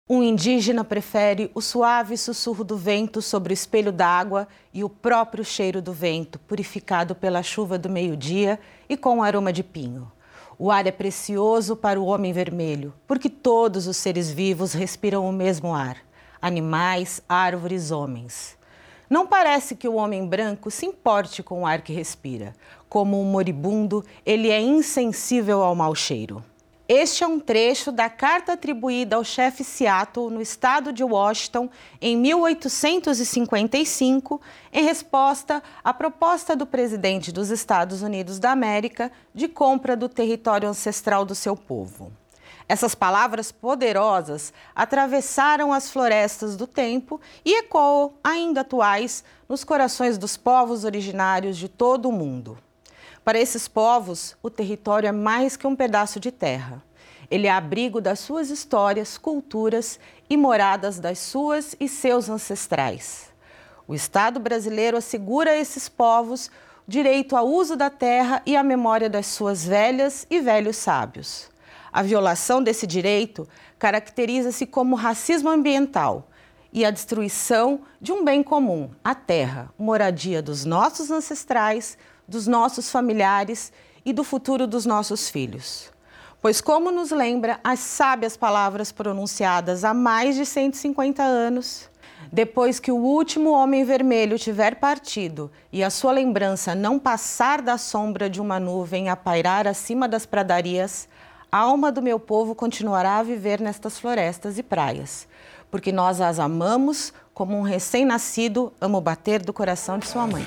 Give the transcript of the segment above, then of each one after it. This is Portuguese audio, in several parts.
Um indígena prefere o suave sussurro do vento sobre o espelho d'água e o próprio cheiro do vento, purificado pela chuva do meio-dia e com o aroma de pinho. O ar é precioso para o homem vermelho, porque todos os seres vivos respiram o mesmo ar: animais, árvores, homens. Não parece que o homem branco se importe com o ar que respira. Como um moribundo, ele é insensível ao mau cheiro. Este é um trecho da carta atribuída ao chefe Seattle, no estado de Washington, em 1855, em resposta à proposta do presidente dos Estados Unidos da América de compra do território ancestral do seu povo. Essas palavras poderosas atravessaram as florestas do tempo e ecoam, ainda atuais, nos corações dos povos originários de todo o mundo. Para esses povos, o território é mais que um pedaço de terra. Ele é abrigo das suas histórias, culturas e moradas das suas e seus ancestrais. O Estado brasileiro assegura a esses povos o direito ao uso da terra e à memória das suas velhas e velhos sábios. A violação desse direito caracteriza-se como racismo ambiental e a destruição de um bem comum, a terra, moradia dos nossos ancestrais, dos nossos familiares e do futuro dos nossos filhos. Pois, como nos lembra as sábias palavras pronunciadas há mais de 150 anos, depois que o último homem vermelho tiver partido e a sua lembrança não passar da sombra de uma nuvem a pairar acima das pradarias, a alma do meu povo continuará a viver nestas florestas e praias, porque nós as amamos como um recém-nascido ama o bater do coração de sua mãe.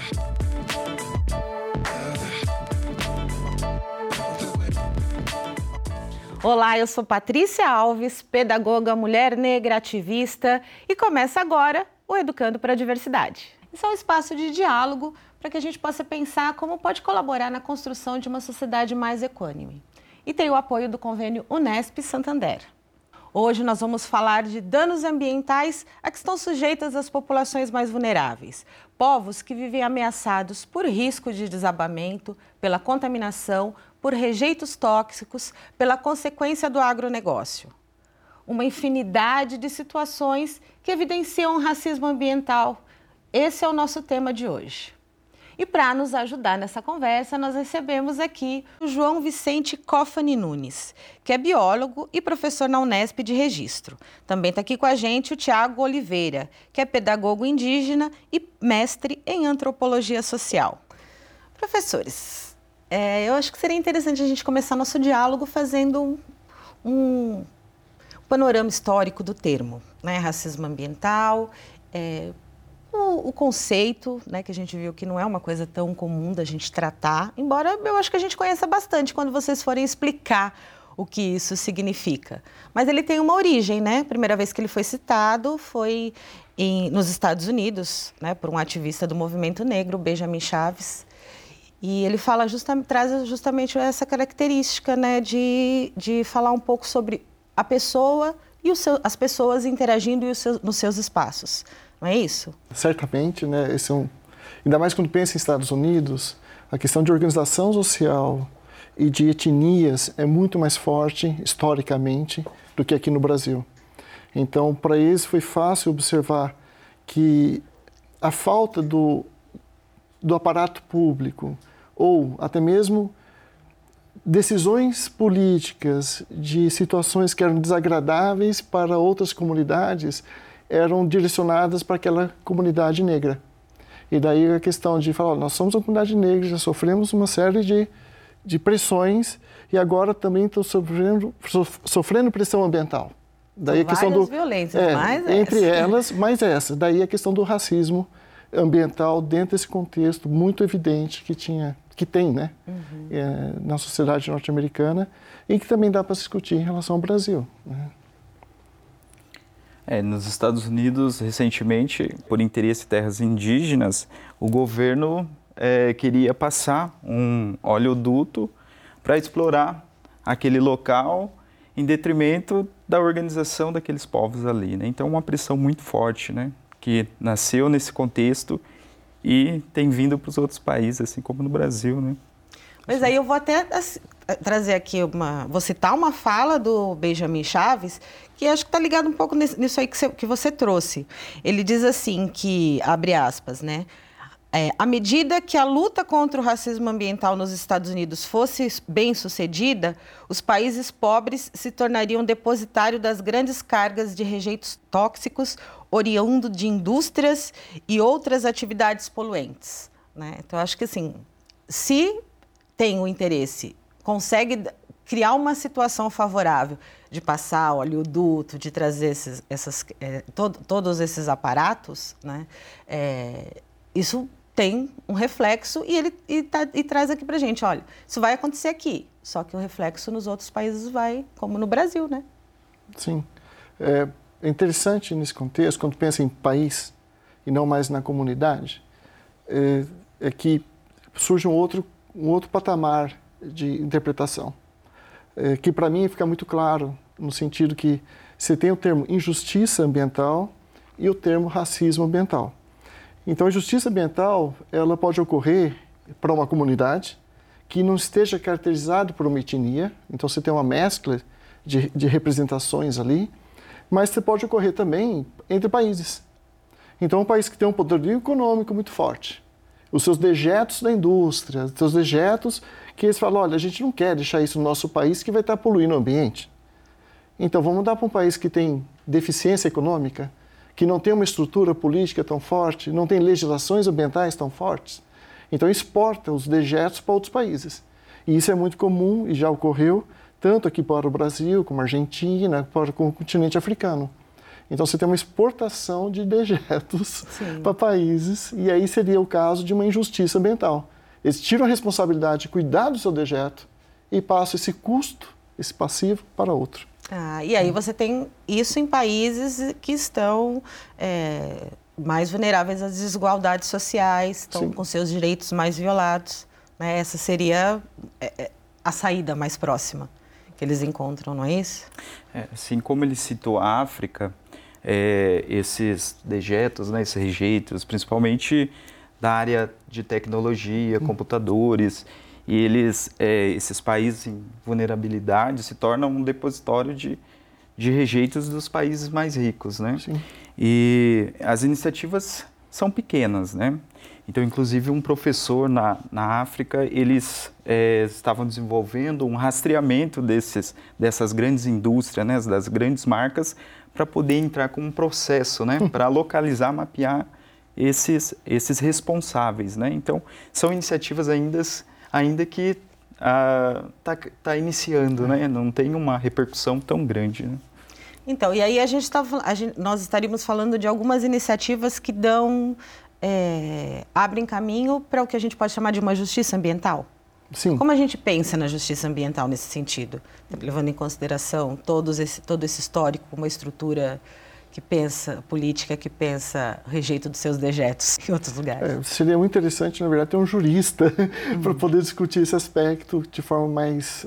Olá, eu sou Patrícia Alves, pedagoga, mulher negra, ativista, e começa agora o Educando para a Diversidade. Isso é um espaço de diálogo para que a gente possa pensar como pode colaborar na construção de uma sociedade mais equânime. E tem o apoio do convênio Unesp Santander. Hoje nós vamos falar de danos ambientais a que estão sujeitas as populações mais vulneráveis, povos que vivem ameaçados por risco de desabamento, pela contaminação, por rejeitos tóxicos, pela consequência do agronegócio. Uma infinidade de situações que evidenciam o racismo ambiental. Esse é o nosso tema de hoje. E para nos ajudar nessa conversa, nós recebemos aqui o João Vicente Cofani Nunes, que é biólogo e professor na Unesp de Registro. Também está aqui com a gente o Tiago Oliveira, que é pedagogo indígena e mestre em antropologia social. Professores, eu acho que seria interessante a gente começar nosso diálogo fazendo um panorama histórico do termo, né? Racismo ambiental, o conceito, né, que a gente viu que não é uma coisa tão comum da gente tratar, embora eu acho que a gente conheça bastante quando vocês forem explicar o que isso significa. Mas ele tem uma origem, né? A primeira vez que ele foi citado foi nos Estados Unidos, né, por um ativista do movimento negro, Benjamin Chaves. E ele fala traz justamente essa característica, né, de falar um pouco sobre a pessoa e as pessoas interagindo nos seus espaços. Não é isso? Certamente, né? Ainda mais quando pensa em Estados Unidos, a questão de organização social e de etnias é muito mais forte, historicamente, do que aqui no Brasil. Então, para eles foi fácil observar que a falta do aparato público ou até mesmo decisões políticas de situações que eram desagradáveis para outras comunidades eram direcionadas para aquela comunidade negra. E daí a questão de falar, nós somos uma comunidade negra, já sofremos uma série de pressões e agora também estão sofrendo pressão ambiental. Daí a questão violências, entre elas, mais essa. Daí a questão do racismo ambiental dentro desse contexto muito evidente que tem, né? Na sociedade norte-americana e que também dá para se discutir em relação ao Brasil, né? Nos Estados Unidos, recentemente, por interesse em terras indígenas, o governo queria passar um oleoduto para explorar aquele local em detrimento da organização daqueles povos ali, né? Então, uma pressão muito forte, né, que nasceu nesse contexto e tem vindo para os outros países, assim como no Brasil, né? Mas aí eu vou até trazer aqui vou citar uma fala do Benjamin Chaves, que acho que está ligado um pouco nisso aí que você trouxe. Ele diz assim que, abre aspas, né? À medida que a luta contra o racismo ambiental nos Estados Unidos fosse bem sucedida, os países pobres se tornariam depositário das grandes cargas de rejeitos tóxicos oriundo de indústrias e outras atividades poluentes, né? Então, acho que assim, se tem o interesse, consegue criar uma situação favorável de passar o oleoduto, de trazer todos esses aparatos, né? Isso tem um reflexo e traz aqui para a gente, olha, isso vai acontecer aqui, só que o reflexo nos outros países vai, como no Brasil, né? Sim. É interessante nesse contexto, quando pensa em país e não mais na comunidade, é que surge um outro patamar de interpretação, que para mim fica muito claro, no sentido que você tem o termo injustiça ambiental e o termo racismo ambiental. Então, a justiça ambiental, ela pode ocorrer para uma comunidade que não esteja caracterizada por uma etnia, então você tem uma mescla de representações ali, mas você pode ocorrer também entre países. Então, um país que tem um poderio econômico muito forte, os seus dejetos da indústria, os seus dejetos que eles falam, olha, a gente não quer deixar isso no nosso país que vai estar poluindo o ambiente. Então, vamos dar para um país que tem deficiência econômica, que não tem uma estrutura política tão forte, não tem legislações ambientais tão fortes. Então, exporta os dejetos para outros países. E isso é muito comum e já ocorreu tanto aqui para o Brasil, como a Argentina, para o continente africano. Então, você tem uma exportação de dejetos para países, e aí seria o caso de uma injustiça ambiental. Eles tiram a responsabilidade de cuidar do seu dejeto e passam esse custo, esse passivo, para outro. E aí você tem isso em países que estão mais vulneráveis às desigualdades sociais, estão com seus direitos mais violados, né? Essa seria a saída mais próxima que eles encontram, não é isso? Assim como ele citou a África, esses dejetos, né, esses rejeitos, principalmente da área de tecnologia, computadores, e esses países em vulnerabilidade se tornam um depositório de rejeitos dos países mais ricos, né? Sim. E as iniciativas são pequenas, né? Então, inclusive, um professor na África, eles estavam desenvolvendo um rastreamento dessas grandes indústrias, né, das grandes marcas, para poder entrar com um processo, né, para localizar, mapear esses responsáveis, né? Então, são iniciativas ainda que está iniciando, né? Não tem uma repercussão tão grande, né? Então, e aí nós estaríamos falando de algumas iniciativas que abrem caminho para o que a gente pode chamar de uma justiça ambiental? Sim. Como a gente pensa na justiça ambiental nesse sentido? Levando em consideração todo esse histórico, uma estrutura política que pensa o rejeito dos seus dejetos em outros lugares. Seria muito interessante, na verdade, ter um jurista para poder discutir esse aspecto de forma mais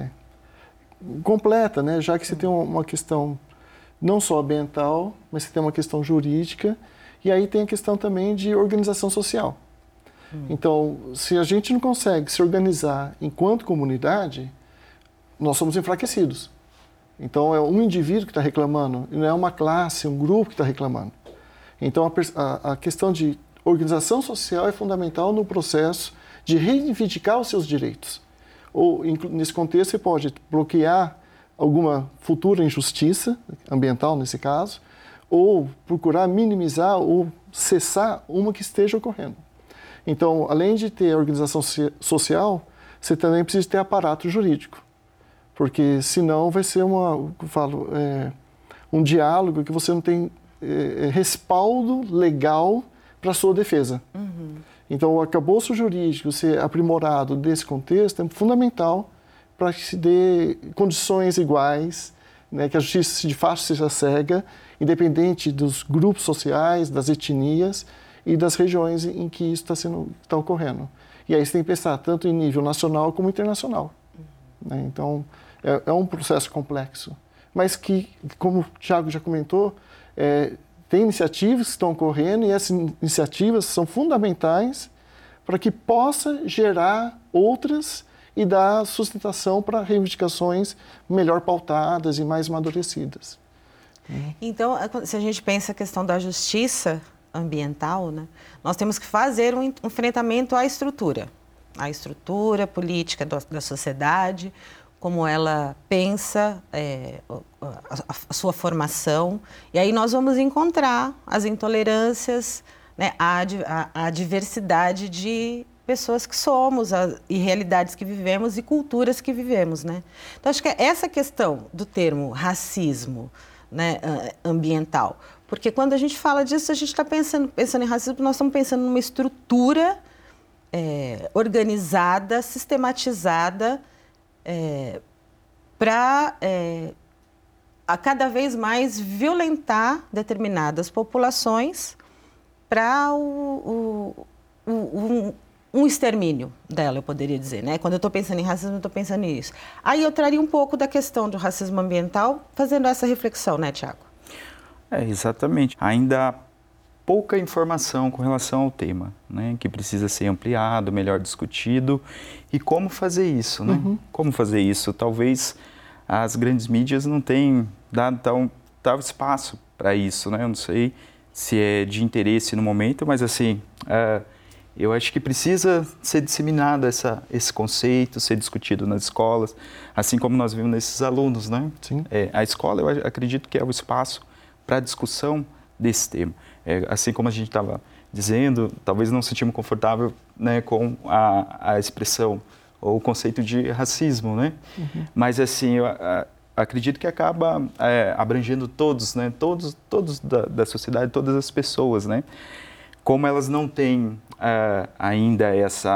completa, né? Já que você tem uma questão não só ambiental, mas você tem uma questão jurídica, e aí tem a questão também de organização social. Então, se a gente não consegue se organizar enquanto comunidade, nós somos enfraquecidos. Então, é um indivíduo que está reclamando, e não é uma classe, um grupo que está reclamando. Então, a questão de organização social é fundamental no processo de reivindicar os seus direitos. Ou, nesse contexto, você pode bloquear alguma futura injustiça ambiental, nesse caso, ou procurar minimizar ou cessar uma que esteja ocorrendo. Então, além de ter organização social, você também precisa ter aparato jurídico. Porque senão vai ser um diálogo que você não tem respaldo legal para a sua defesa. Então, o arcabouço jurídico ser aprimorado desse contexto é fundamental para que se dê condições iguais, né, que a justiça de fato seja cega, independente dos grupos sociais, das etnias e das regiões em que isso está ocorrendo. E aí você tem que pensar tanto em nível nacional como internacional. Né? Então, é um processo complexo, mas que, como o Thiago já comentou, tem iniciativas que estão ocorrendo e essas iniciativas são fundamentais para que possa gerar outras e dar sustentação para reivindicações melhor pautadas e mais amadurecidas. Então, se a gente pensa a questão da justiça ambiental, né, nós temos que fazer um enfrentamento à estrutura política da sociedade, como ela pensa, a sua formação, e aí nós vamos encontrar as intolerâncias, né, a diversidade de pessoas que somos, e realidades que vivemos e culturas que vivemos, né? Então, acho que essa questão do termo racismo, né, ambiental, porque quando a gente fala disso, a gente está pensando em racismo, nós estamos pensando numa estrutura organizada, sistematizada, para a cada vez mais violentar determinadas populações para um extermínio dela, eu poderia dizer, né? Quando eu estou pensando em racismo, eu estou pensando nisso. Aí eu traria um pouco da questão do racismo ambiental, fazendo essa reflexão, né, Tiago? Exatamente. Ainda há pouca informação com relação ao tema, né? Que precisa ser ampliado, melhor discutido. E como fazer isso, né? Como fazer isso? Talvez as grandes mídias não tenham dado tal espaço para isso, né? Eu não sei se é de interesse no momento, mas assim, eu acho que precisa ser disseminado esse conceito, ser discutido nas escolas, assim como nós vimos nesses alunos, né? Sim. A escola, eu acredito que é o espaço para a discussão desse tema. Assim como a gente estava dizendo, talvez não se sentimos confortável, né, com a expressão ou o conceito de racismo, né? Mas assim, eu acredito que acaba abrangendo todos, né? Todos da sociedade, todas as pessoas, né? Como elas não têm ainda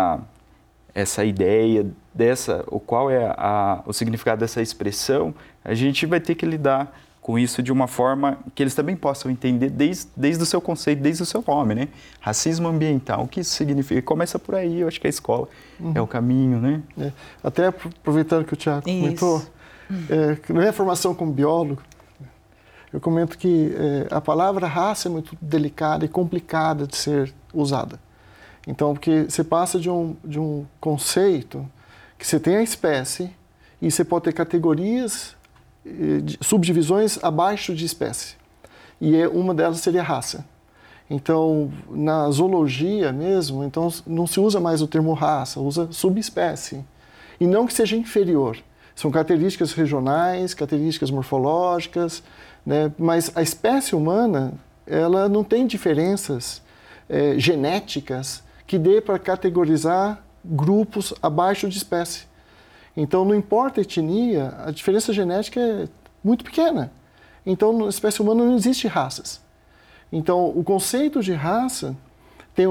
essa ideia qual é o significado dessa expressão, a gente vai ter que lidar com isso de uma forma que eles também possam entender desde o seu conceito, desde o seu nome, né? Racismo ambiental, o que isso significa? Começa por aí, eu acho que a escola é o caminho, né? Até aproveitando que o Tiago comentou, na minha formação como biólogo, eu comento que a palavra raça é muito delicada e complicada de ser usada. Então, porque você passa de um conceito que você tem a espécie e você pode ter categorias, subdivisões abaixo de espécie. E uma delas seria raça. Então, na zoologia mesmo, então, não se usa mais o termo raça, usa subespécie. E não que seja inferior. São características regionais, características morfológicas, né? Mas a espécie humana, ela não tem diferenças genéticas que dê para categorizar grupos abaixo de espécie. Então, não importa a etnia, a diferença genética é muito pequena. Então, na espécie humana não existe raças. Então, o conceito de raça tem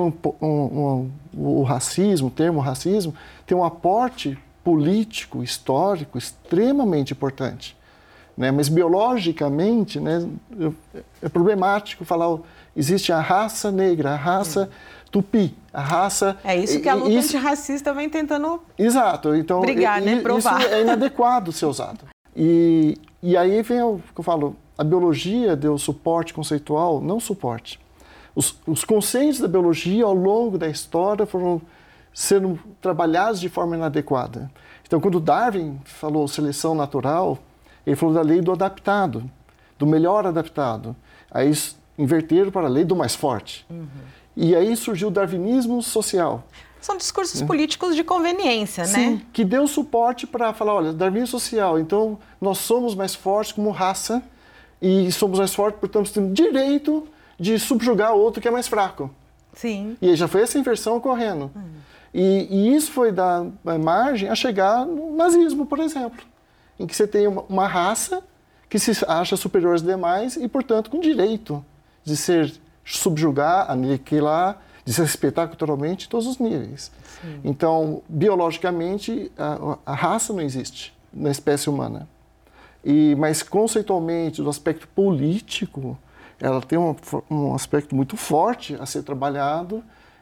o racismo, o termo racismo, tem um aporte político, histórico, extremamente importante. Né? Mas, biologicamente, né, é problemático falar existe a raça negra, a raça tupi, a raça... É isso que a luta antirracista vem tentando então, brigar, né? Provar. Isso é inadequado ser usado. E aí vem o que eu falo, a biologia deu suporte conceitual, não suporte. Os conceitos da biologia ao longo da história foram sendo trabalhados de forma inadequada. Então, quando Darwin falou seleção natural, ele falou da lei do adaptado, do melhor adaptado. Aí inverteram para a lei do mais forte. E aí surgiu o darwinismo social. São discursos políticos de conveniência, Sim, né? que deu suporte para falar, olha, darwinismo social, então nós somos mais fortes como raça e somos mais fortes, portanto, temos direito de subjugar outro que é mais fraco. Sim. E aí já foi essa inversão ocorrendo. E isso foi dar margem a chegar no nazismo, por exemplo, em que você tem uma raça que se acha superior aos demais e, portanto, com direito de subjugar, aniquilar, de se respeitar culturalmente em todos os níveis. Sim. Então, biologicamente, a raça não existe na espécie humana. Mas, conceitualmente, do aspecto político, ela tem um aspecto muito forte a ser trabalhado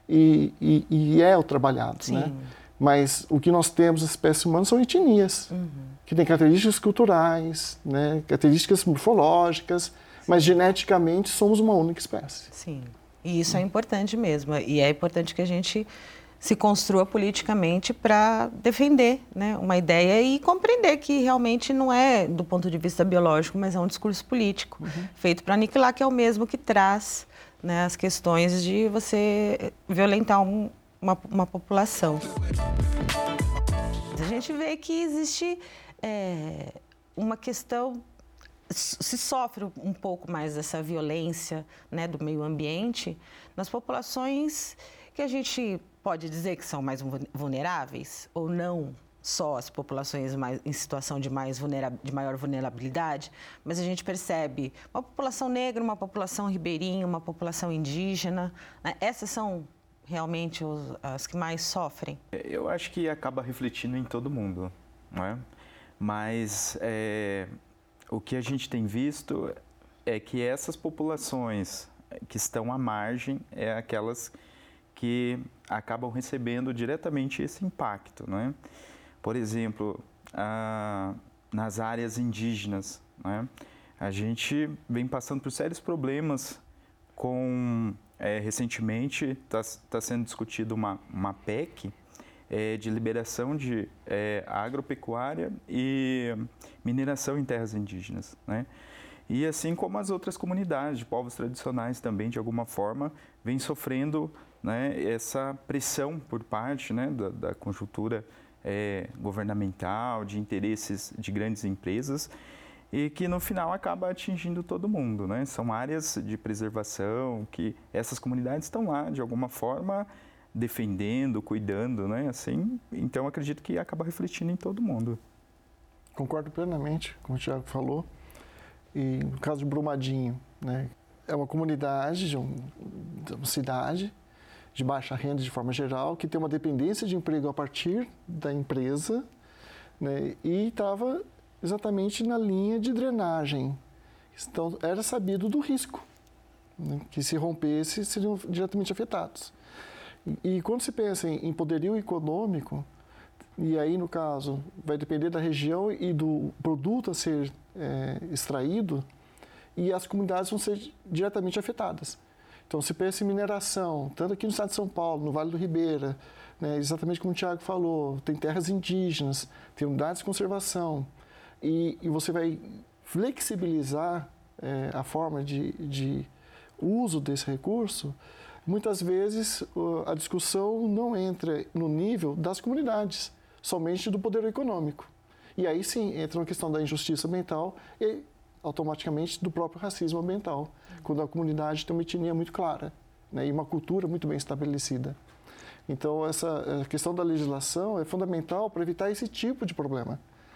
e é o trabalhado, né? Mas o que nós temos na espécie humana são etnias, que têm características culturais, né? Características morfológicas, mas geneticamente somos uma única espécie. Sim, e isso é importante mesmo. E é importante que a gente se construa politicamente para defender, né, uma ideia e compreender que realmente não é do ponto de vista biológico, mas é um discurso político, feito para aniquilar, que é o mesmo que traz, né, as questões de você violentar uma população. A gente vê que existe uma questão, se sofre um pouco mais dessa violência, né, do meio ambiente nas populações que a gente pode dizer que são mais vulneráveis, ou não só as populações em situação de maior vulnerabilidade, mas a gente percebe uma população negra, uma população ribeirinha, uma população indígena, né? Essas são realmente as que mais sofrem? Eu acho que acaba refletindo em todo mundo, não é? Mas o que a gente tem visto é que essas populações que estão à margem é aquelas que acabam recebendo diretamente esse impacto, não é? Por exemplo, nas áreas indígenas, não é? A gente vem passando por sérios problemas com... recentemente está sendo discutida uma PEC de liberação de agropecuária e mineração em terras indígenas, né? E assim como as outras comunidades de povos tradicionais também, de alguma forma, vem sofrendo, né, essa pressão por parte, né, da conjuntura governamental, de interesses de grandes empresas, e que no final acaba atingindo todo mundo, né? São áreas de preservação que essas comunidades estão lá, de alguma forma, defendendo, cuidando, né? Assim, então acredito que acaba refletindo em todo mundo. Concordo plenamente com o Thiago falou. E no caso de Brumadinho, né? É uma comunidade de uma cidade de baixa renda de forma geral, que tem uma dependência de emprego a partir da empresa, né? E estava exatamente na linha de drenagem. Então, era sabido do risco, né, que se rompesse, seriam diretamente afetados. E quando se pensa em poderio econômico, e aí, no caso, vai depender da região e do produto a ser extraído, e as comunidades vão ser diretamente afetadas. Então, se pensa em mineração, tanto aqui no estado de São Paulo, no Vale do Ribeira, né, exatamente como o Thiago falou, tem terras indígenas, tem unidades de conservação, e você vai flexibilizar a forma de uso desse recurso, muitas vezes a discussão não entra no nível das comunidades, somente do poder econômico. E aí sim entra uma questão da injustiça ambiental e automaticamente do próprio racismo ambiental, quando a comunidade tem uma etnia muito clara, né, e uma cultura muito bem estabelecida. Então essa questão da legislação é fundamental para evitar esse tipo de problema.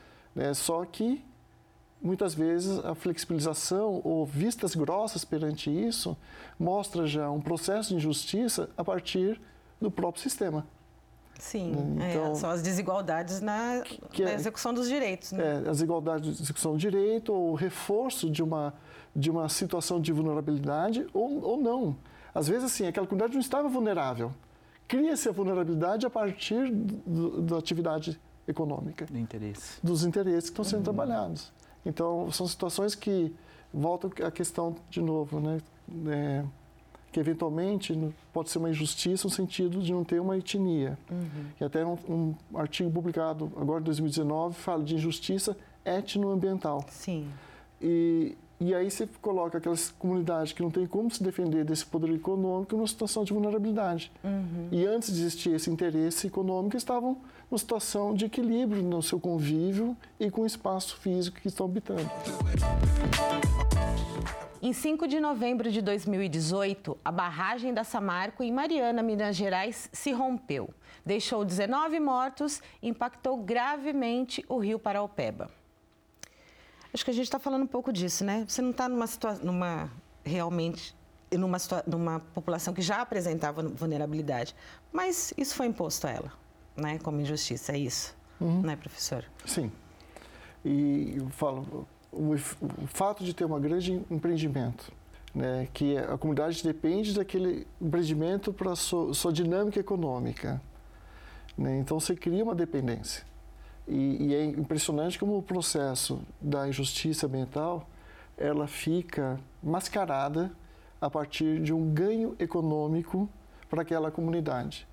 Só que, muitas vezes, a flexibilização ou vistas grossas perante isso mostra já um processo de injustiça a partir do próprio sistema. Sim, então, são as desigualdades na execução dos direitos. Né? As desigualdades de execução do direito ou o reforço de uma situação de vulnerabilidade ou não. Às vezes, assim, aquela comunidade não estava vulnerável. Cria-se a vulnerabilidade a partir da atividade econômica. Dos interesses que estão sendo trabalhados. Então, são situações que voltam à questão, de novo, né? Que eventualmente pode ser uma injustiça no sentido de não ter uma etnia. E até um artigo publicado agora em 2019 fala de injustiça etnoambiental. Sim. E aí você coloca aquelas comunidades que não têm como se defender desse poder econômico numa situação de vulnerabilidade. E antes de existir esse interesse econômico, estavam numa situação de equilíbrio no seu convívio e com o espaço físico que estão habitando. Em 5 de novembro de 2018, a barragem da Samarco, em Mariana, Minas Gerais, se rompeu. Deixou 19 mortos e impactou gravemente o rio Paraopeba. Acho que a gente está falando um pouco disso, né? Você não está numa população que já apresentava vulnerabilidade, mas isso foi imposto a ela, né? Como injustiça, é isso, né, professor? Sim. E eu falo, o fato de ter um grande empreendimento, né, que a comunidade depende daquele empreendimento para a sua dinâmica econômica, né? Então você cria uma dependência. E é impressionante como o processo da injustiça ambiental, ela fica mascarada a partir de um ganho econômico para aquela comunidade.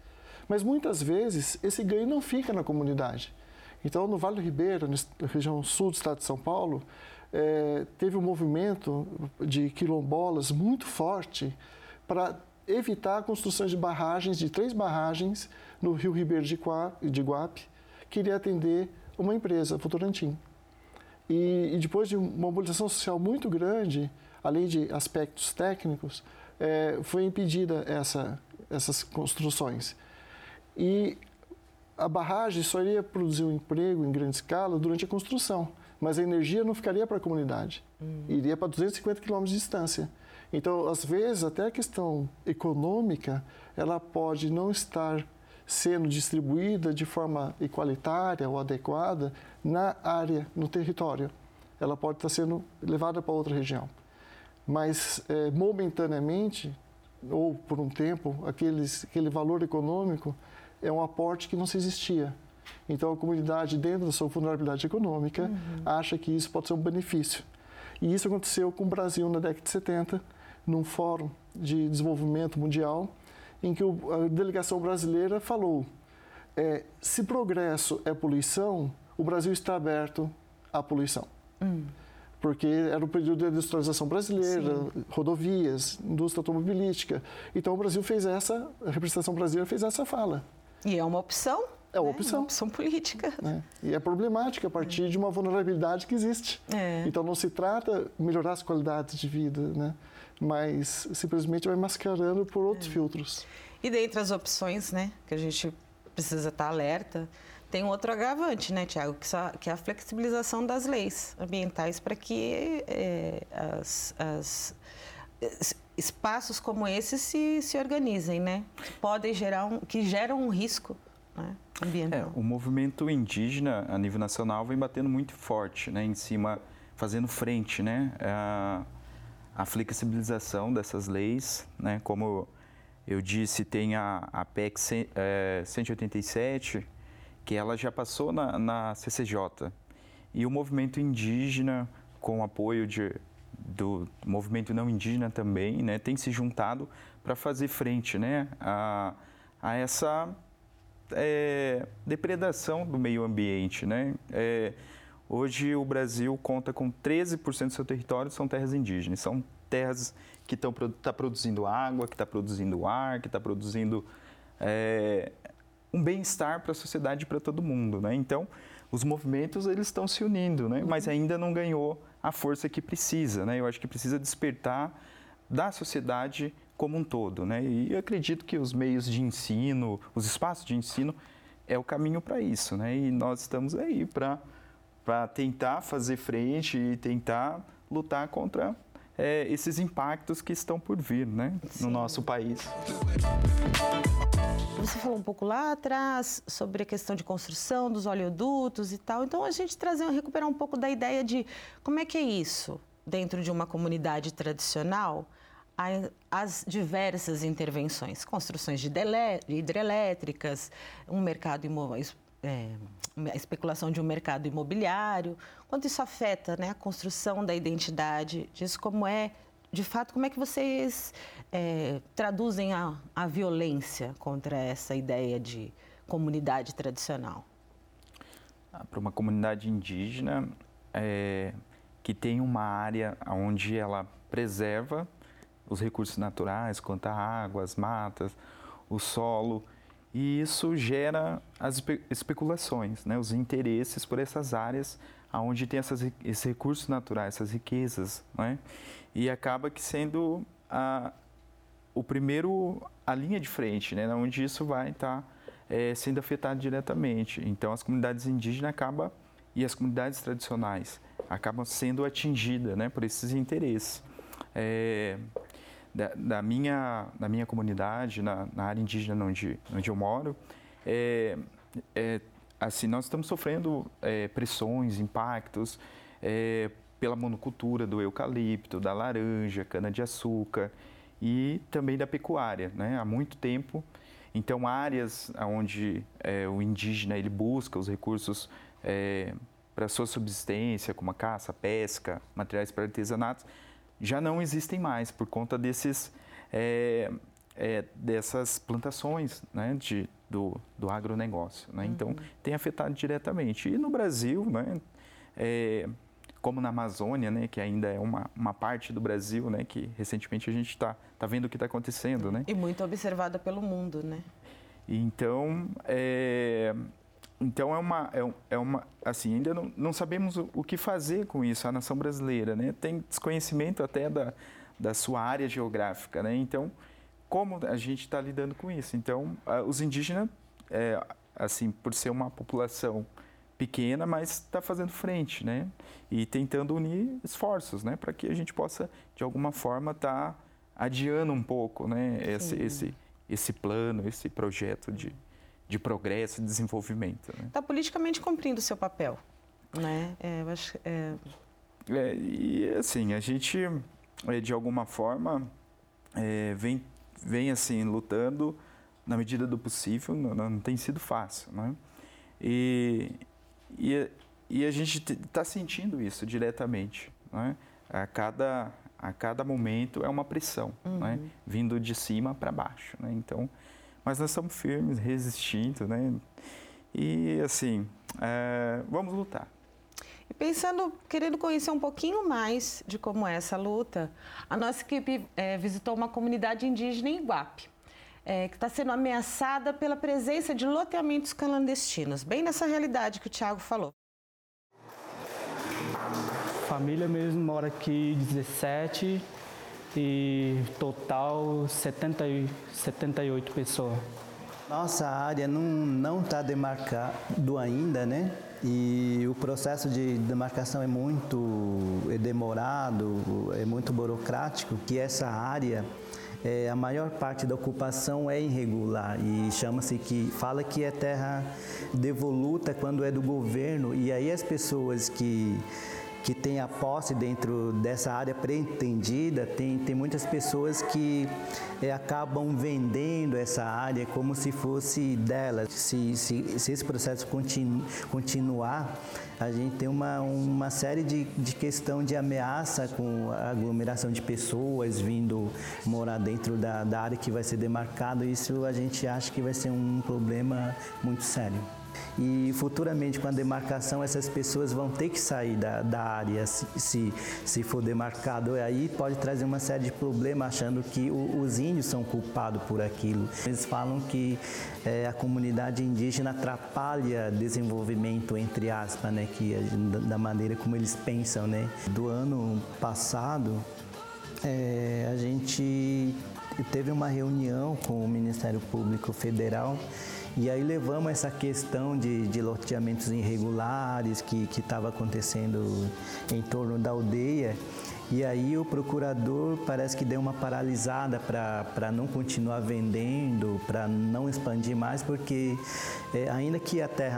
Mas muitas vezes esse ganho não fica na comunidade. Então, no Vale do Ribeira, na região sul do estado de São Paulo, teve um movimento de quilombolas muito forte para evitar construções de barragens, de 3 barragens no Rio Ribeiro de Iguape, que iria atender uma empresa, Votorantim. E depois de uma mobilização social muito grande, além de aspectos técnicos, foi impedida essas construções. E a barragem só iria produzir um emprego em grande escala durante a construção, mas a energia não ficaria para a comunidade, iria para 250 quilômetros de distância. Então, às vezes, até a questão econômica, ela pode não estar sendo distribuída de forma igualitária ou adequada na área, no território. Ela pode estar sendo levada para outra região. Mas, momentaneamente, ou por um tempo, aquele valor econômico é um aporte que não se existia. Então, a comunidade, dentro da sua vulnerabilidade econômica, acha que isso pode ser um benefício. E isso aconteceu com o Brasil na década de 70, num fórum de desenvolvimento mundial, em que a delegação brasileira falou: se progresso é poluição, o Brasil está aberto à poluição. Porque era o período da industrialização brasileira, rodovias, indústria automobilística. Então, a representação brasileira fez essa fala. E é uma opção. É uma opção. Uma opção política. E é problemática a partir de uma vulnerabilidade que existe. Então, não se trata de melhorar as qualidades de vida, né? Mas simplesmente vai mascarando por outros filtros. E dentre as opções, né, que a gente precisa estar alerta, tem um outro agravante, né, Tiago, que é a flexibilização das leis ambientais para que espaços como esse se organizem, né? Que geram um risco, né, ambiental. O movimento indígena a nível nacional vem batendo muito forte, né, em cima, fazendo frente, né, a flexibilização dessas leis, né, como eu disse, tem a PEC 187, que ela já passou na CCJ, e o movimento indígena, com o apoio do movimento não indígena também, né, tem se juntado para fazer frente, né, a essa depredação do meio ambiente, né. Hoje o Brasil conta com 13% do seu território são terras indígenas, são terras que estão produzindo água, que está produzindo ar, que está produzindo um bem-estar para a sociedade e para todo mundo, né? Então, os movimentos eles estão se unindo, né? Mas ainda não ganhou a força que precisa, né? Eu acho que precisa despertar da sociedade como um todo, né? E eu acredito que os meios de ensino, os espaços de ensino é o caminho para isso, né? E nós estamos aí para tentar fazer frente e tentar lutar contra esses impactos que estão por vir, né, no nosso país. Você falou um pouco lá atrás sobre a questão de construção dos oleodutos e tal. Então, a gente recuperar um pouco da ideia de como é que é isso dentro de uma comunidade tradicional, as diversas intervenções, construções de hidrelétricas, a especulação de um mercado imobiliário, quanto isso afeta, né, a construção da identidade disso, de fato, como é que vocês traduzem a violência contra essa ideia de comunidade tradicional? Para uma comunidade indígena que tem uma área onde ela preserva os recursos naturais, quanto a água, as matas, o solo, e isso gera as especulações, né? Os interesses por essas áreas onde tem esses recursos naturais, essas riquezas, né? E acaba que sendo a linha de frente, né? Onde isso vai estar sendo afetado diretamente. Então, as comunidades indígenas e as comunidades tradicionais acabam sendo atingidas, né, por esses interesses. Da minha comunidade, na área indígena onde eu moro, assim, nós estamos sofrendo pressões, impactos pela monocultura do eucalipto, da laranja, cana-de-açúcar e também da pecuária, né, há muito tempo. Então, áreas onde o indígena ele busca os recursos para sua subsistência, como a caça, a pesca, materiais para artesanatos, já não existem mais por conta dessas plantações, né, do agronegócio, né? Então, tem afetado diretamente. E no Brasil, né, como na Amazônia, né, que ainda é uma parte do Brasil, né, que recentemente a gente está vendo o que está acontecendo, né? E muito observada pelo mundo, né? Então, assim, ainda não sabemos o que fazer com isso, a nação brasileira, né? Tem desconhecimento até da sua área geográfica, né? Então, como a gente está lidando com isso? Então, os indígenas, assim, por ser uma população pequena, mas está fazendo frente, né? E tentando unir esforços, né? Para que a gente possa, de alguma forma, estar adiando um pouco, né? Esse plano, esse projeto de progresso e desenvolvimento. Né? Está politicamente cumprindo o seu papel, né? Eu acho, e assim, a gente, de alguma forma, vem assim, lutando na medida do possível, não tem sido fácil, né? E a gente está sentindo isso diretamente, né? A cada momento é uma pressão, né? Vindo de cima para baixo, né? Então, mas nós estamos firmes, resistindo, né? E assim, vamos lutar. E pensando, querendo conhecer um pouquinho mais de como é essa luta, a nossa equipe visitou uma comunidade indígena em Iguape, que está sendo ameaçada pela presença de loteamentos clandestinos, bem nessa realidade que o Thiago falou. Família mesmo mora aqui 17 e total 78 pessoas. Nossa área não está demarcado ainda, né? E o processo de demarcação é muito demorado, é muito burocrático, que essa área, a maior parte da ocupação é irregular e fala que é terra devoluta quando é do governo, e aí as pessoas que têm a posse dentro dessa área pretendida, tem muitas pessoas que acabam vendendo essa área como se fosse delas. Se esse processo continuar, a gente tem uma série de questão de ameaça com a aglomeração de pessoas vindo morar dentro da área que vai ser demarcada. Isso a gente acha que vai ser um problema muito sério. E futuramente, com a demarcação, essas pessoas vão ter que sair da área se for demarcado. E aí pode trazer uma série de problemas, achando que os índios são culpados por aquilo. Eles falam que a comunidade indígena atrapalha desenvolvimento, entre aspas, né, da maneira como eles pensam, né. Do ano passado, a gente teve uma reunião com o Ministério Público Federal. E aí levamos essa questão de loteamentos irregulares que estava acontecendo em torno da aldeia. E aí o procurador parece que deu uma paralisada para não continuar vendendo, para não expandir mais, porque ainda que a terra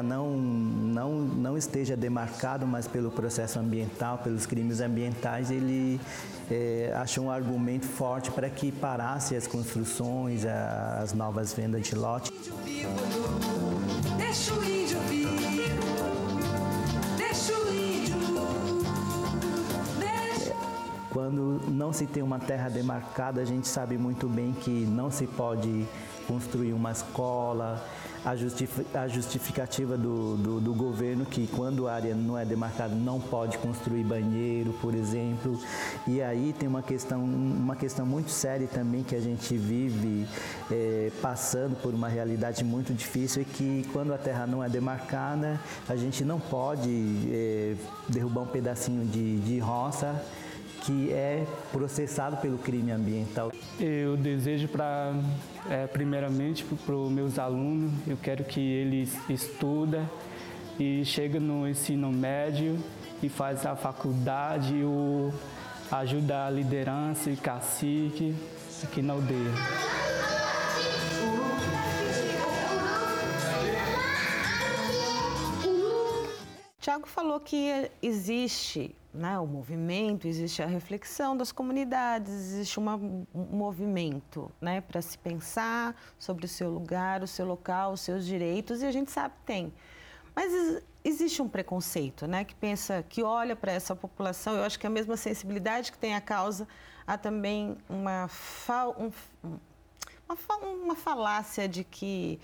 não esteja demarcada, mas pelo processo ambiental, pelos crimes ambientais, ele achou um argumento forte para que parasse as construções, as novas vendas de lote. Deixa o índio vivo, deixa o índio. Quando não se tem uma terra demarcada, a gente sabe muito bem que não se pode construir uma escola. A justificativa do governo que quando a área não é demarcada não pode construir banheiro, por exemplo. E aí tem uma questão muito séria também que a gente vive passando por uma realidade muito difícil, é que quando a terra não é demarcada, a gente não pode derrubar um pedacinho de roça que é processado pelo crime ambiental. Eu desejo primeiramente para os meus alunos, eu quero que eles estudem e cheguem no ensino médio e fazem a faculdade ou ajuda a liderança e cacique aqui na aldeia. Thiago falou que existe, né, o movimento, existe a reflexão das comunidades, existe um movimento, né, para se pensar sobre o seu lugar, o seu local, os seus direitos, e a gente sabe que tem. Mas existe um preconceito, né, que pensa, que olha para essa população. Eu acho que a mesma sensibilidade que tem a causa, há também uma falácia de que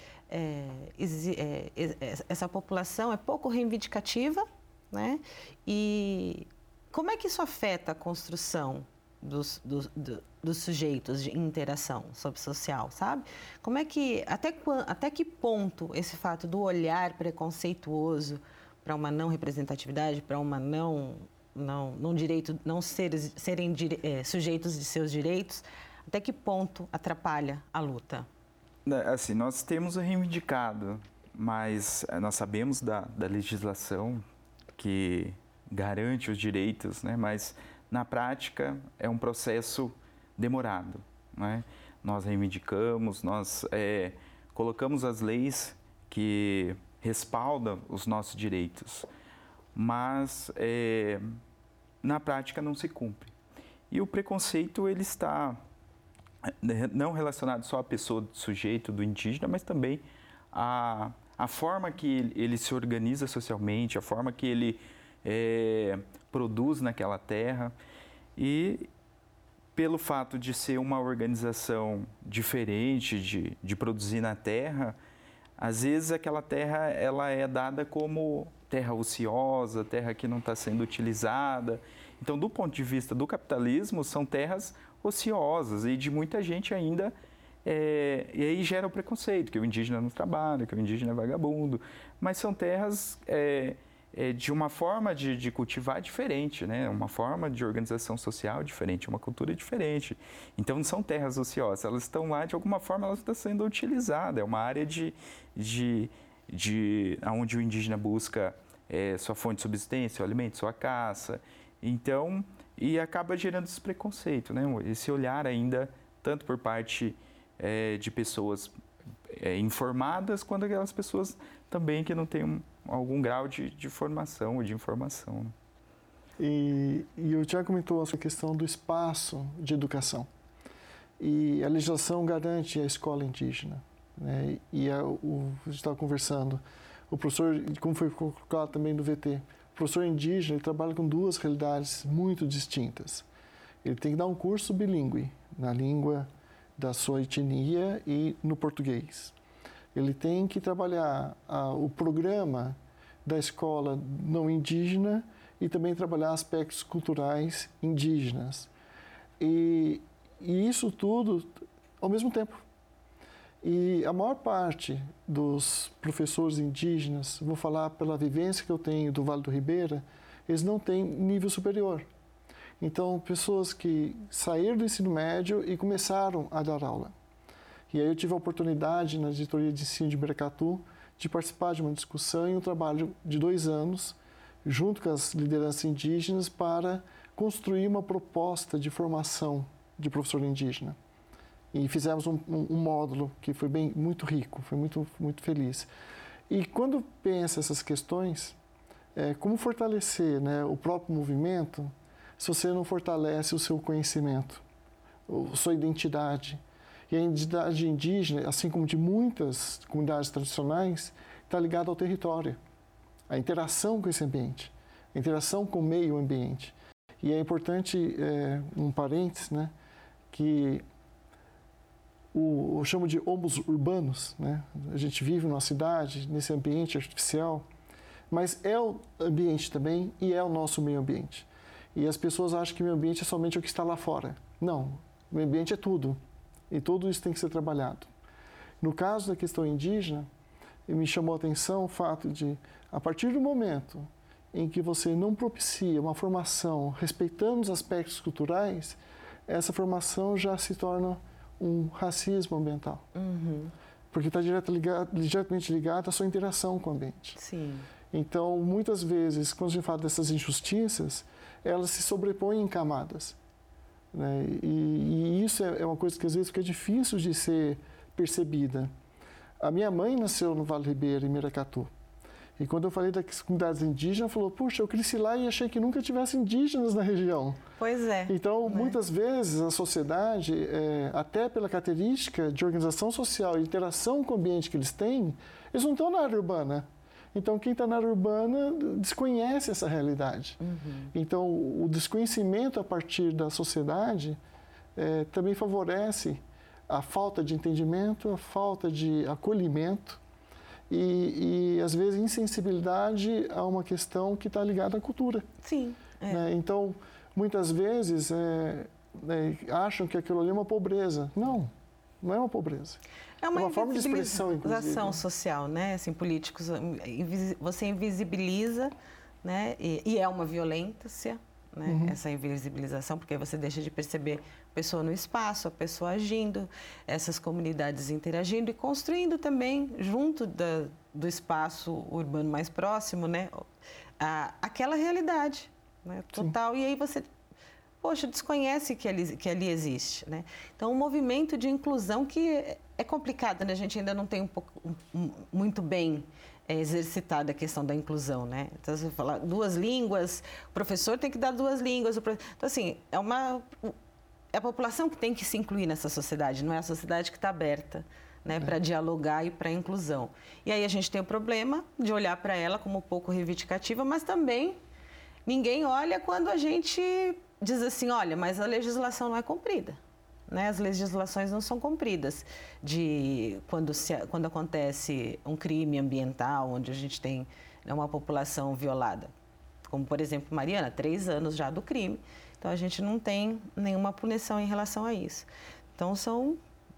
essa população é pouco reivindicativa, né? E como é que isso afeta a construção dos sujeitos de interação social, sabe? Como é que, até que ponto esse fato do olhar preconceituoso para uma não representatividade, para uma não direito, não serem sujeitos de seus direitos, até que ponto atrapalha a luta? Assim, nós temos reivindicado, mas nós sabemos da legislação que garante os direitos, né? Mas na prática é um processo demorado, né? Nós reivindicamos, nós colocamos as leis que respaldam os nossos direitos, mas na prática não se cumpre. E o preconceito ele está não relacionado só à pessoa do sujeito, do indígena, mas também a forma que ele se organiza socialmente, a forma que ele produz naquela terra. E pelo fato de ser uma organização diferente de produzir na terra, às vezes aquela terra ela é dada como terra ociosa, terra que não está sendo utilizada. Então, do ponto de vista do capitalismo, são terras ociosas e de muita gente ainda, e aí gera o preconceito, que o indígena não trabalha, que o indígena é vagabundo, mas são terras de uma forma de cultivar diferente, né? Uma forma de organização social diferente, uma cultura diferente. Então não são terras ociosas, elas estão lá, de alguma forma elas estão sendo utilizadas, é uma área onde o indígena busca sua fonte de subsistência, seu alimento, sua caça. Então, e acaba gerando esse preconceito, né? Esse olhar ainda, tanto por parte de pessoas informadas, quanto aquelas pessoas também que não têm algum grau de formação ou de informação. E o Tiago comentou essa questão do espaço de educação. E a legislação garante a escola indígena, né? E a gente estava conversando, o professor, como foi colocado também no VT, o professor indígena ele trabalha com duas realidades muito distintas. Ele tem que dar um curso bilíngue na língua da sua etnia e no português. Ele tem que trabalhar o programa da escola não indígena e também trabalhar aspectos culturais indígenas. E isso tudo ao mesmo tempo. E a maior parte dos professores indígenas, vou falar pela vivência que eu tenho do Vale do Ribeira, eles não têm nível superior. Então, pessoas que saíram do ensino médio e começaram a dar aula. E aí eu tive a oportunidade, na editoria de ensino de Berecatu, de participar de uma discussão e um trabalho de 2 anos, junto com as lideranças indígenas, para construir uma proposta de formação de professor indígena. E fizemos um módulo que foi muito rico, foi muito feliz. E quando pensa essas questões, como fortalecer, né, o próprio movimento, se você não fortalece o seu conhecimento, a sua identidade. E a identidade indígena, assim como de muitas comunidades tradicionais, está ligada ao território, à interação com esse ambiente, a interação com o meio ambiente. E é importante, um parênteses, né, que eu chamo de homos urbanos, né? A gente vive numa cidade, nesse ambiente artificial, mas é o ambiente também e é o nosso meio ambiente. E as pessoas acham que o meio ambiente é somente o que está lá fora. Não, o meio ambiente é tudo. E tudo isso tem que ser trabalhado. No caso da questão indígena, me chamou a atenção o fato de, a partir do momento em que você não propicia uma formação respeitando os aspectos culturais, essa formação já se torna um racismo ambiental. Uhum. Porque está diretamente ligado à sua interação com o ambiente. Sim. Então, muitas vezes, quando a gente fala dessas injustiças, elas se sobrepõem em camadas. Né? E isso é uma coisa que às vezes fica difícil de ser percebida. A minha mãe nasceu no Vale do Ribeira, em Miracatu. E quando eu falei das comunidades indígenas, ela falou, puxa, eu cresci lá e achei que nunca tivesse indígenas na região. Pois é. Então, muitas vezes, a sociedade, até pela característica de organização social e interação com o ambiente que eles têm, eles não estão na área urbana. Então, quem está na área urbana desconhece essa realidade. Uhum. Então, o desconhecimento a partir da sociedade também favorece a falta de entendimento, a falta de acolhimento e às vezes, insensibilidade a uma questão que está ligada à cultura. Sim. Né? Então, muitas vezes, acham que aquilo ali é uma pobreza. Não, não é uma pobreza. É uma forma de expressão, inclusive. Social, né? Assim, políticos, você invisibiliza, né? E é uma violência, né? Essa invisibilização, porque você deixa de perceber a pessoa no espaço, a pessoa agindo, essas comunidades interagindo e construindo também, junto do espaço urbano mais próximo, né? Aquela realidade, né? Total. Sim. E aí você, poxa, desconhece que ali existe, né? Então, um movimento de inclusão que é complicado, né? A gente ainda não tem muito bem exercitada a questão da inclusão, né? Então, você fala 2 línguas, o professor tem que dar 2 línguas. Então, assim, é a população que tem que se incluir nessa sociedade, não é a sociedade que está aberta, né, para dialogar e para a inclusão. E aí a gente tem o problema de olhar para ela como pouco reivindicativa, mas também ninguém olha quando a gente diz assim, olha, mas a legislação não é cumprida. Né? As legislações não são cumpridas. Quando acontece um crime ambiental, onde a gente tem uma população violada, como, por exemplo, Mariana, 3 anos já do crime. Então, a gente não tem nenhuma punição em relação a isso. Então, são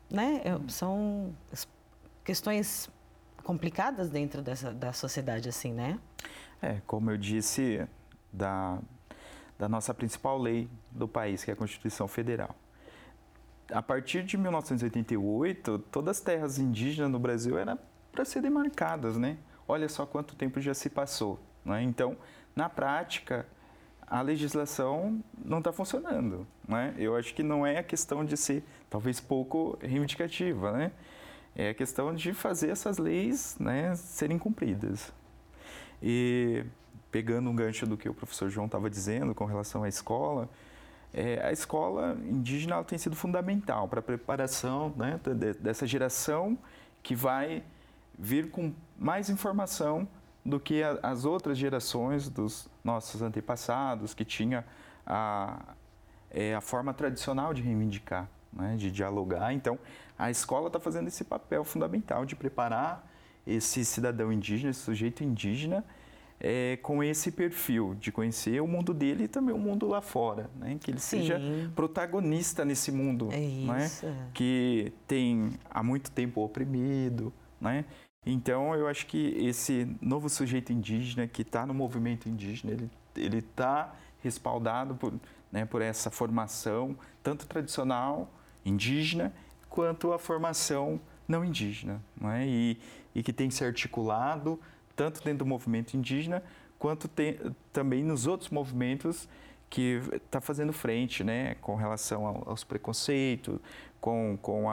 questões complicadas dentro da sociedade, assim, né? Como eu disse, da nossa principal lei do país, que é a Constituição Federal. A partir de 1988, todas as terras indígenas no Brasil eram para ser demarcadas, né? Olha só quanto tempo já se passou, né? Então, na prática, a legislação não está funcionando, né? Eu acho que não é a questão de ser, talvez, pouco reivindicativa, né? É a questão de fazer essas leis, né, serem cumpridas. E pegando um gancho do que o professor João estava dizendo com relação à escola, a escola indígena ela tem sido fundamental para a preparação, né, dessa geração que vai vir com mais informação do que as outras gerações dos nossos antepassados, que tinha a forma tradicional de reivindicar, né, de dialogar. Então, a escola está fazendo esse papel fundamental de preparar esse cidadão indígena, esse sujeito indígena, com esse perfil de conhecer o mundo dele e também o mundo lá fora, né? Que ele seja protagonista nesse mundo, né? Que tem há muito tempo oprimido, né? Então, eu acho que esse novo sujeito indígena que está no movimento indígena, ele está respaldado por essa formação, tanto tradicional, indígena, quanto a formação não indígena, né? E que tem se articulado tanto dentro do movimento indígena, quanto também nos outros movimentos que está fazendo frente, né, com relação aos preconceitos, com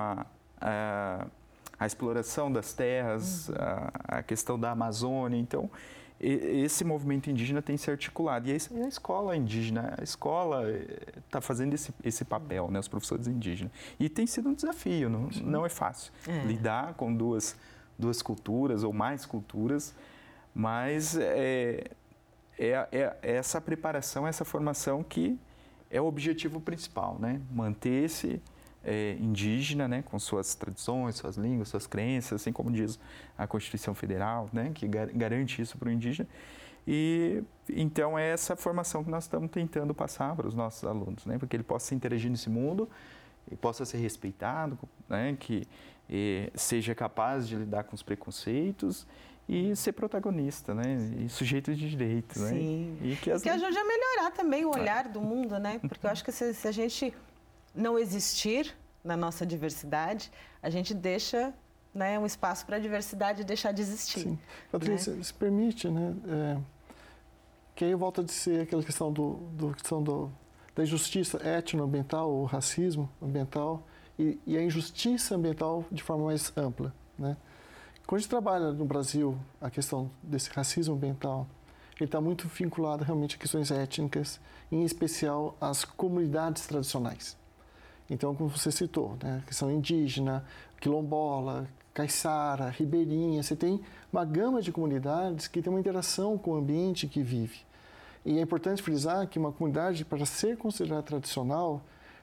a exploração das terras, a questão da Amazônia. Então, esse movimento indígena tem se articulado. E a escola indígena, a escola está fazendo esse papel, né, os professores indígenas. E tem sido um desafio, não é fácil lidar com duas culturas ou mais culturas, mas essa preparação, essa formação que é o objetivo principal, né? Manter-se indígena, né? Com suas tradições, suas línguas, suas crenças, assim como diz a Constituição Federal, né? Que garante isso para o indígena. E então é essa formação que nós estamos tentando passar para os nossos alunos, né? Para que ele possa interagir nesse mundo e possa ser respeitado, né? Que seja capaz de lidar com os preconceitos e ser protagonista, né? E sujeito de direito, né? Sim. E que ajude a melhorar também o olhar do mundo, né? Porque eu acho que se a gente não existir na nossa diversidade, a gente deixa, né, um espaço para a diversidade deixar de existir. Sim. Patrícia, se permite, né? Que aí volta a ser aquela questão da injustiça etnoambiental, o racismo ambiental e a injustiça ambiental de forma mais ampla, né? Quando a gente trabalha no Brasil a questão desse racismo ambiental, ele está muito vinculado realmente a questões étnicas, em especial às comunidades tradicionais. Então, como você citou, né, a questão indígena, quilombola, caiçara, ribeirinha, você tem uma gama de comunidades que tem uma interação com o ambiente que vive. E é importante frisar que uma comunidade, para ser considerada tradicional,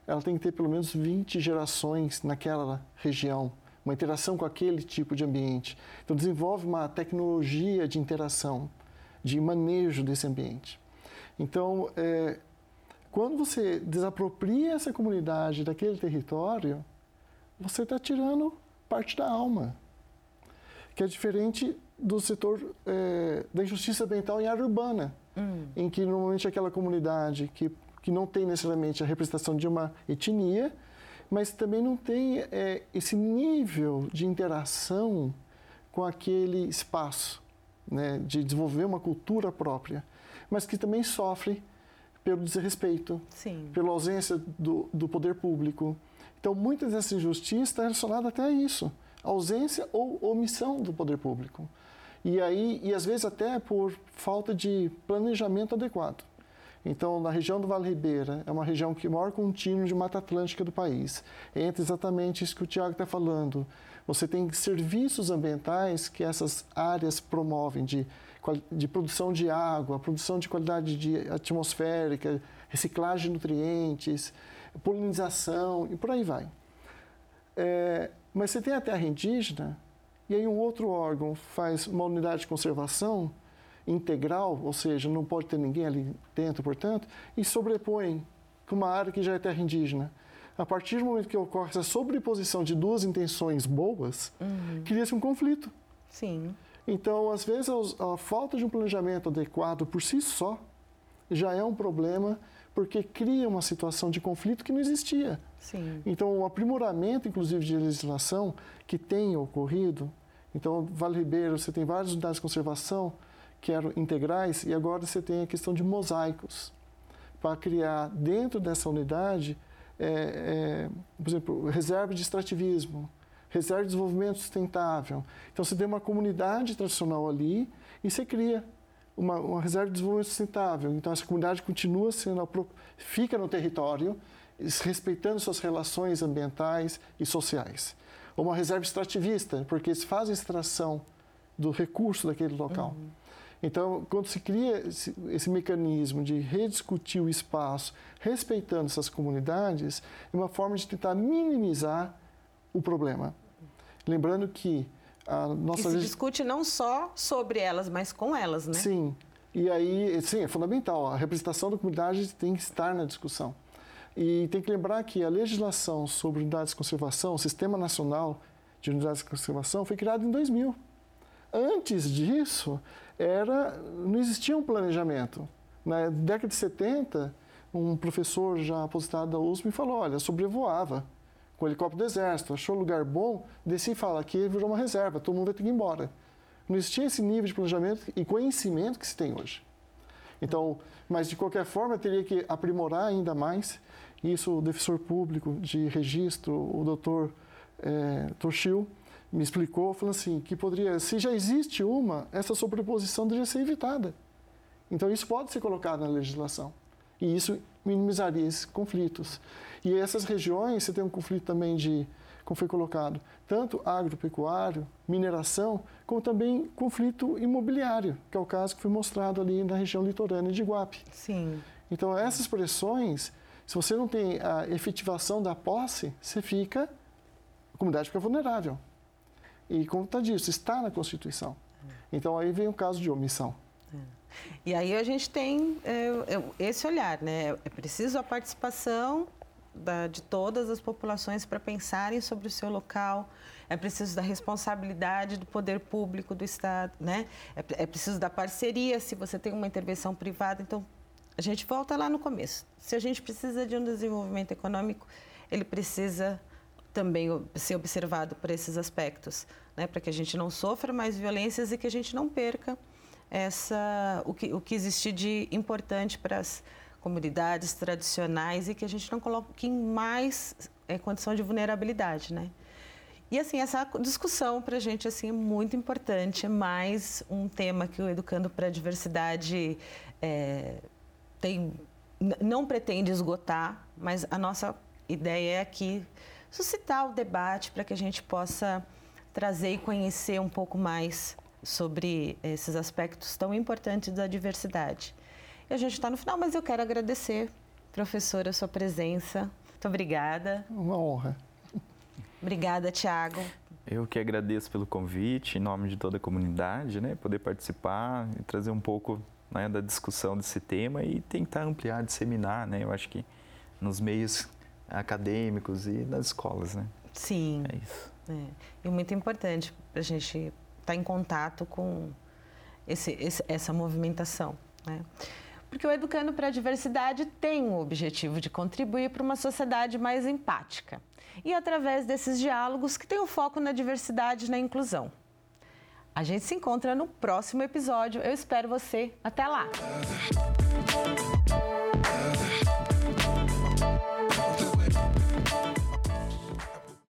ela tem que ter pelo menos 20 gerações naquela região, uma interação com aquele tipo de ambiente. Então, desenvolve uma tecnologia de interação, de manejo desse ambiente. Então, quando você desapropria essa comunidade daquele território, você está tirando parte da alma, que é diferente do setor da injustiça ambiental em área urbana, em que normalmente aquela comunidade que não tem necessariamente a representação de uma etnia, mas também não tem esse nível de interação com aquele espaço, né, de desenvolver uma cultura própria, mas que também sofre pelo desrespeito, Sim. pela ausência do poder público. Então, muitas dessas injustiças estão relacionadas até a isso, ausência ou omissão do poder público. E às vezes até por falta de planejamento adequado. Então, na região do Vale Ribeira, é uma região que é o maior contínuo de Mata Atlântica do país. Entra exatamente isso que o Tiago está falando. Você tem serviços ambientais que essas áreas promovem de produção de água, produção de qualidade atmosférica, reciclagem de nutrientes, polinização e por aí vai. Mas você tem a terra indígena, e aí um outro órgão faz uma unidade de conservação integral, ou seja, não pode ter ninguém ali dentro, portanto, e sobrepõe com uma área que já é terra indígena. A partir do momento que ocorre essa sobreposição de duas intenções boas, cria-se um conflito. Sim. Então, às vezes, a falta de um planejamento adequado por si só já é um problema, porque cria uma situação de conflito que não existia. Sim. Então, o aprimoramento, inclusive, de legislação que tem ocorrido, então, Vale Ribeira, você tem várias unidades de conservação que eram integrais, e agora você tem a questão de mosaicos, para criar dentro dessa unidade, por exemplo, reserva de extrativismo, reserva de desenvolvimento sustentável. Então, você tem uma comunidade tradicional ali e você cria uma reserva de desenvolvimento sustentável. Então, essa comunidade continua fica no território, respeitando suas relações ambientais e sociais. Ou uma reserva extrativista, porque eles fazem extração do recurso daquele local. Então, quando se cria esse mecanismo de rediscutir o espaço, respeitando essas comunidades, é uma forma de tentar minimizar o problema. Lembrando que a nossa... E se discute não só sobre elas, mas com elas, né? Sim. E aí, sim, é fundamental. A representação da comunidade tem que estar na discussão. E tem que lembrar que a legislação sobre unidades de conservação, o Sistema Nacional de Unidades de Conservação, foi criado em 2000. Antes disso, não existia um planejamento. Na década de 70, um professor já aposentado da USP me falou, olha, sobrevoava com o helicóptero do Exército, achou lugar bom, descia e fala, aqui virou uma reserva, todo mundo vai ter que ir embora. Não existia esse nível de planejamento e conhecimento que se tem hoje. Então, mas de qualquer forma, teria que aprimorar ainda mais. Isso o defensor público de registro, o doutor Toshio, me explicou, falando assim, que poderia, se já existe essa sobreposição deveria ser evitada. Então, isso pode ser colocado na legislação. E isso minimizaria esses conflitos. E essas regiões, você tem um conflito também como foi colocado, tanto agropecuário, mineração, como também conflito imobiliário, que é o caso que foi mostrado ali na região litorânea de Iguape. Sim. Então, essas pressões, se você não tem a efetivação da posse, a comunidade fica vulnerável. E como está disso, está na Constituição. Então, aí vem o caso de omissão. E aí a gente tem esse olhar, né? É preciso a participação de todas as populações para pensarem sobre o seu local, é preciso da responsabilidade do poder público do Estado, né? É preciso da parceria, se você tem uma intervenção privada. Então, a gente volta lá no começo. Se a gente precisa de um desenvolvimento econômico, ele precisa também ser observado por esses aspectos, né? Para que a gente não sofra mais violências e que a gente não perca o que existe de importante para as comunidades tradicionais e que a gente não coloque em mais condição de vulnerabilidade, né? E assim, essa discussão para a gente assim, é muito importante, é mais um tema que o Educando para a Diversidade não pretende esgotar, mas a nossa ideia é aqui suscitar o debate para que a gente possa trazer e conhecer um pouco mais sobre esses aspectos tão importantes da diversidade. E a gente está no final, mas eu quero agradecer, professora, a sua presença. Muito obrigada. Uma honra. Obrigada, Tiago. Eu que agradeço pelo convite, em nome de toda a comunidade, né? Poder participar e trazer um pouco, né, da discussão desse tema e tentar ampliar, disseminar, né? Eu acho que nos meios acadêmicos e nas escolas, né? Sim. É isso. E muito importante para a gente estar em contato com essa movimentação, né? Porque o Educando para a Diversidade tem o objetivo de contribuir para uma sociedade mais empática. E através desses diálogos que tem o foco na diversidade e na inclusão. A gente se encontra no próximo episódio. Eu espero você. Até lá!